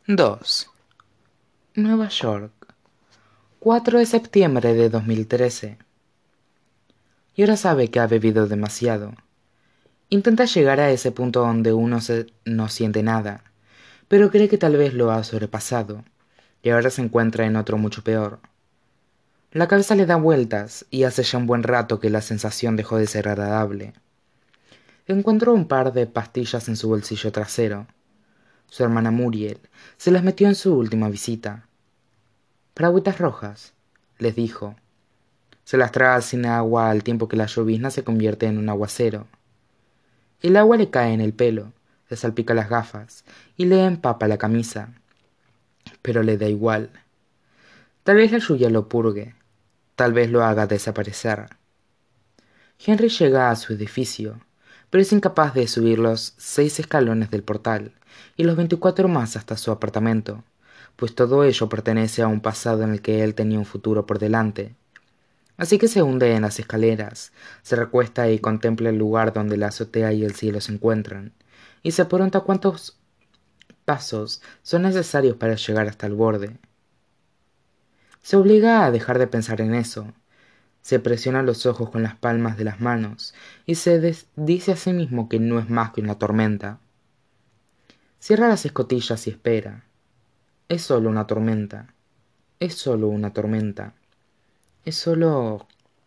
2. Nueva York, 4 de septiembre de 2013. Y ahora sabe que ha bebido demasiado. Intenta llegar a ese punto donde uno no siente nada, pero cree que tal vez lo ha sobrepasado, y ahora se encuentra en otro mucho peor. La cabeza le da vueltas, y hace ya un buen rato que la sensación dejó de ser agradable. Encontró un par de pastillas en su bolsillo trasero. Su hermana Muriel se las metió en su última visita. «Para agüitas rojas», les dijo. Se las traga sin agua al tiempo que la llovizna se convierte en un aguacero. El agua le cae en el pelo, le salpica las gafas y le empapa la camisa. Pero le da igual. Tal vez la lluvia lo purgue, tal vez lo haga desaparecer. Henry llega a su edificio, pero es incapaz de subir los 6 escalones del portal y los 24 más hasta su apartamento, pues todo ello pertenece a un pasado en el que él tenía un futuro por delante. Así que se hunde en las escaleras, se recuesta y contempla el lugar donde la azotea y el cielo se encuentran, y se pregunta cuántos pasos son necesarios para llegar hasta el borde. Se obliga a dejar de pensar en eso, se presiona los ojos con las palmas de las manos y se dice a sí mismo que no es más que una tormenta. Cierra las escotillas y espera. Es solo una tormenta. Es solo una tormenta. Es solo...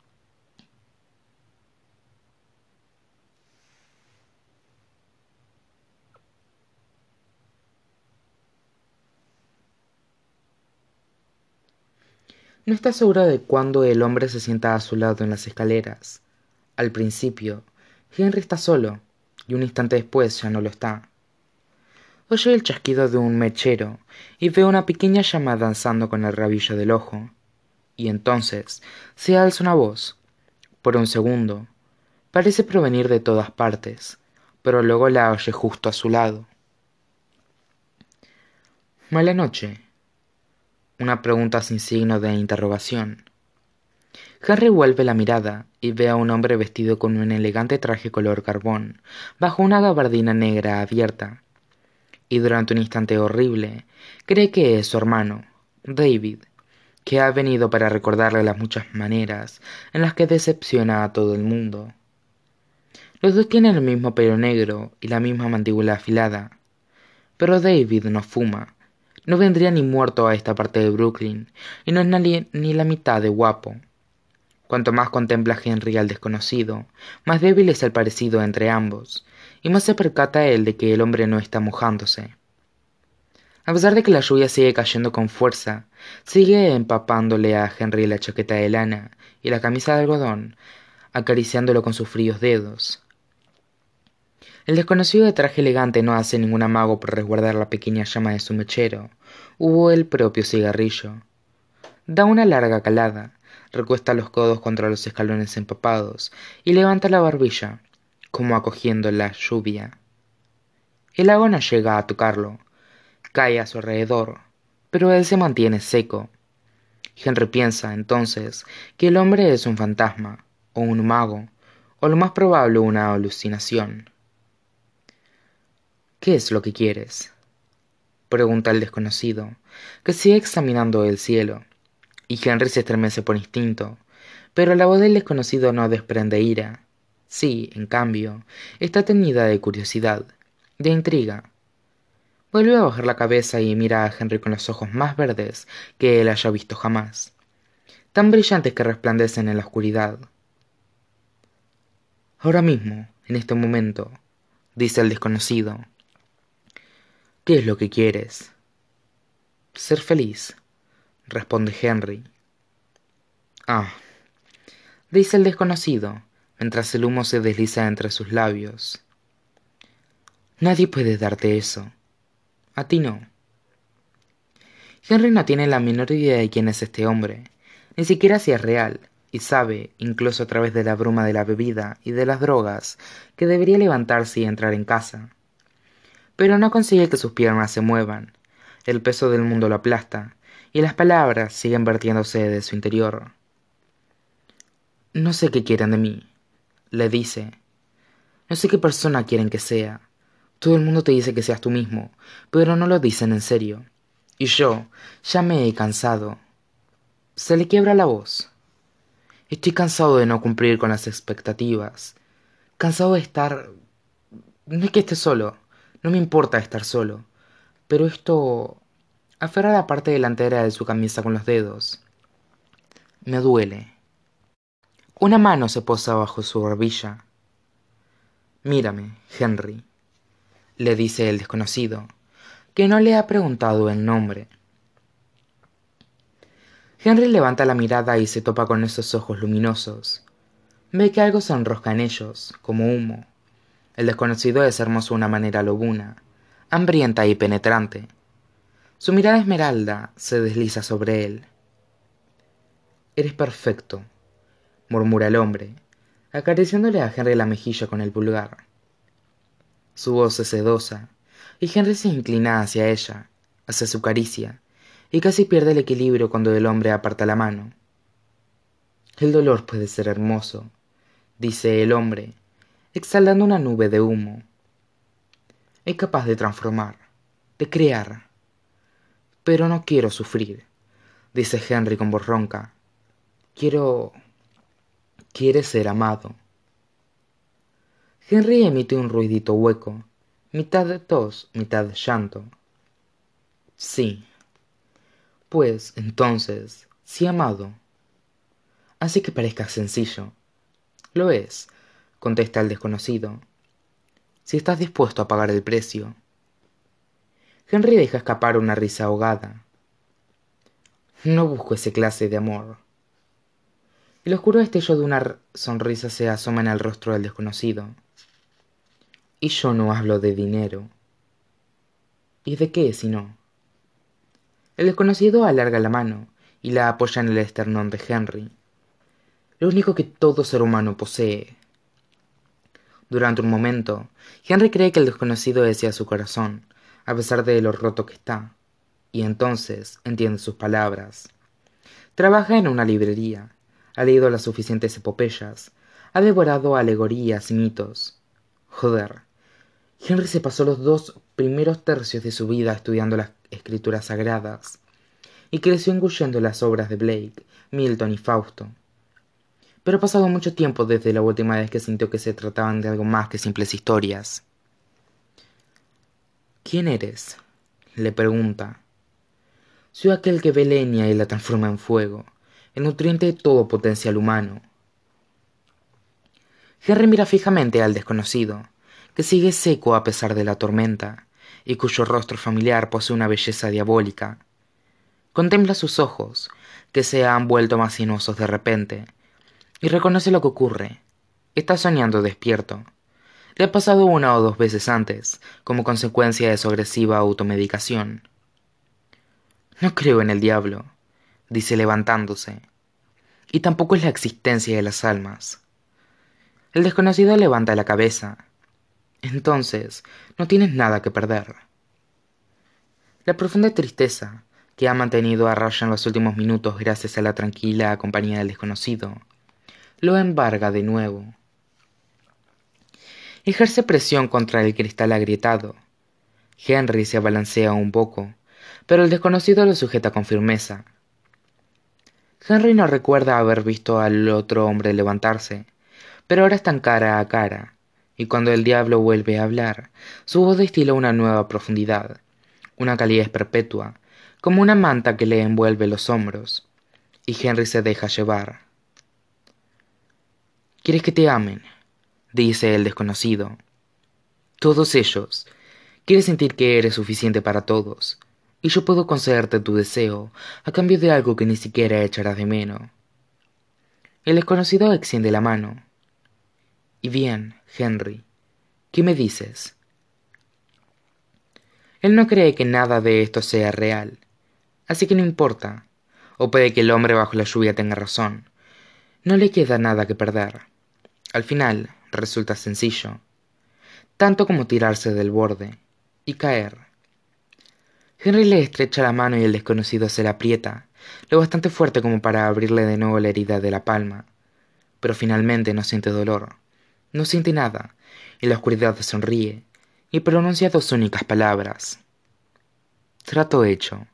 No está segura de cuándo el hombre se sienta a su lado en las escaleras. Al principio, Henry está solo, y un instante después ya no lo está. Oye el chasquido de un mechero y ve una pequeña llama danzando con el rabillo del ojo. Y entonces se alza una voz. Por un segundo, parece provenir de todas partes, pero luego la oye justo a su lado. «Mala noche». Una pregunta sin signo de interrogación. Henry vuelve la mirada y ve a un hombre vestido con un elegante traje color carbón, bajo una gabardina negra abierta. Y durante un instante horrible, cree que es su hermano, David, que ha venido para recordarle las muchas maneras en las que decepciona a todo el mundo. Los dos tienen el mismo pelo negro y la misma mandíbula afilada. Pero David no fuma, no vendría ni muerto a esta parte de Brooklyn, y no es ni la mitad de guapo. Cuanto más contempla Henry al desconocido, más débil es el parecido entre ambos, y más se percata él de que el hombre no está mojándose. A pesar de que la lluvia sigue cayendo con fuerza, sigue empapándole a Henry la chaqueta de lana y la camisa de algodón, acariciándolo con sus fríos dedos. El desconocido de traje elegante no hace ningún amago por resguardar la pequeña llama de su mechero, o el propio cigarrillo. Da una larga calada, recuesta los codos contra los escalones empapados y levanta la barbilla, como acogiendo la lluvia. El agua no llega a tocarlo, cae a su alrededor, pero él se mantiene seco. Henry piensa, entonces, que el hombre es un fantasma, o un mago, o lo más probable una alucinación. «¿Qué es lo que quieres?», pregunta el desconocido, que sigue examinando el cielo, y Henry se estremece por instinto, pero la voz del desconocido no desprende ira. Sí, en cambio, está teñida de curiosidad, de intriga. Vuelve a bajar la cabeza y mira a Henry con los ojos más verdes que él haya visto jamás, tan brillantes que resplandecen en la oscuridad. «Ahora mismo, en este momento», dice el desconocido. «¿Qué es lo que quieres?». «Ser feliz», responde Henry. «Ah», dice el desconocido, mientras el humo se desliza entre sus labios. «Nadie puede darte eso. A ti no». Henry no tiene la menor idea de quién es este hombre, ni siquiera si es real, y sabe, incluso a través de la bruma de la bebida y de las drogas, que debería levantarse y entrar en casa. Pero no consigue que sus piernas se muevan, el peso del mundo lo aplasta, y las palabras siguen vertiéndose de su interior. «No sé qué quieren de mí», le dice. «No sé qué persona quieren que sea. Todo el mundo te dice que seas tú mismo, pero no lo dicen en serio. Y yo ya me he cansado. Se le quiebra la voz. Estoy cansado de no cumplir con las expectativas. Cansado de estar... No es que esté solo. No me importa estar solo. Pero esto... Aferra la parte delantera de su camisa con los dedos. Me duele. Una mano se posa bajo su barbilla. Mírame, Henry, le dice el desconocido, que no le ha preguntado el nombre. Henry levanta la mirada y se topa con esos ojos luminosos. Ve que algo se enrosca en ellos, como humo. El desconocido es hermoso de una manera lobuna, hambrienta y penetrante. Su mirada esmeralda se desliza sobre él. «Eres perfecto», murmura el hombre, acariciándole a Henry la mejilla con el pulgar. Su voz es sedosa, y Henry se inclina hacia ella, hacia su caricia, y casi pierde el equilibrio cuando el hombre aparta la mano. «El dolor puede ser hermoso», dice el hombre, exhalando una nube de humo. «Es capaz de transformar, de crear. Pero no quiero sufrir», dice Henry con voz ronca. Quiere ser amado». Henry emite un ruidito hueco, mitad de tos, mitad de llanto. «Sí. Pues, entonces, sí amado. Así que parezca sencillo». «Lo es», contesta el desconocido, «si estás dispuesto a pagar el precio». Henry deja escapar una risa ahogada. «No busco ese clase de amor». El oscuro destello de una sonrisa se asoma en el rostro del desconocido. «Y yo no hablo de dinero». «¿Y de qué, si no?» El desconocido alarga la mano y la apoya en el esternón de Henry. «Lo único que todo ser humano posee». Durante un momento, Henry cree que el desconocido desea su corazón, a pesar de lo roto que está, y entonces entiende sus palabras. Trabaja en una librería, ha leído las suficientes epopeyas, ha devorado alegorías y mitos. Joder, Henry se pasó los 2 primeros tercios de su vida estudiando las escrituras sagradas, y creció engullendo las obras de Blake, Milton y Fausto. Pero ha pasado mucho tiempo desde la última vez que sintió que se trataban de algo más que simples historias. «¿Quién eres?», le pregunta. «Soy aquel que ve leña y la transforma en fuego, el nutriente de todo potencial humano». Henry mira fijamente al desconocido, que sigue seco a pesar de la tormenta, y cuyo rostro familiar posee una belleza diabólica. Contempla sus ojos, que se han vuelto más sinuosos de repente, y reconoce lo que ocurre. Está soñando despierto. Le ha pasado 1 o 2 veces antes, como consecuencia de su agresiva automedicación. «No creo en el diablo», dice levantándose, «y tampoco en la existencia de las almas». El desconocido levanta la cabeza. «Entonces, no tienes nada que perder». La profunda tristeza, que ha mantenido a raya en los últimos minutos gracias a la tranquila compañía del desconocido, lo embarga de nuevo. Ejerce presión contra el cristal agrietado. Henry se abalancea un poco, pero el desconocido lo sujeta con firmeza. Henry no recuerda haber visto al otro hombre levantarse, pero ahora están cara a cara, y cuando el diablo vuelve a hablar, su voz destila una nueva profundidad, una calidez perpetua, como una manta que le envuelve los hombros, y Henry se deja llevar. «¿Quieres que te amen?», dice el desconocido. «Todos ellos. Quieres sentir que eres suficiente para todos, y yo puedo concederte tu deseo a cambio de algo que ni siquiera echarás de menos». El desconocido extiende la mano. «Y bien, Henry, ¿qué me dices?». Él no cree que nada de esto sea real, así que no importa, o puede que el hombre bajo la lluvia tenga razón. No le queda nada que perder. Al final, resulta sencillo, tanto como tirarse del borde y caer. Henry le estrecha la mano y el desconocido se la aprieta, lo bastante fuerte como para abrirle de nuevo la herida de la palma, pero finalmente no siente dolor, no siente nada, y la oscuridad sonríe y pronuncia 2 únicas palabras: «Trato hecho».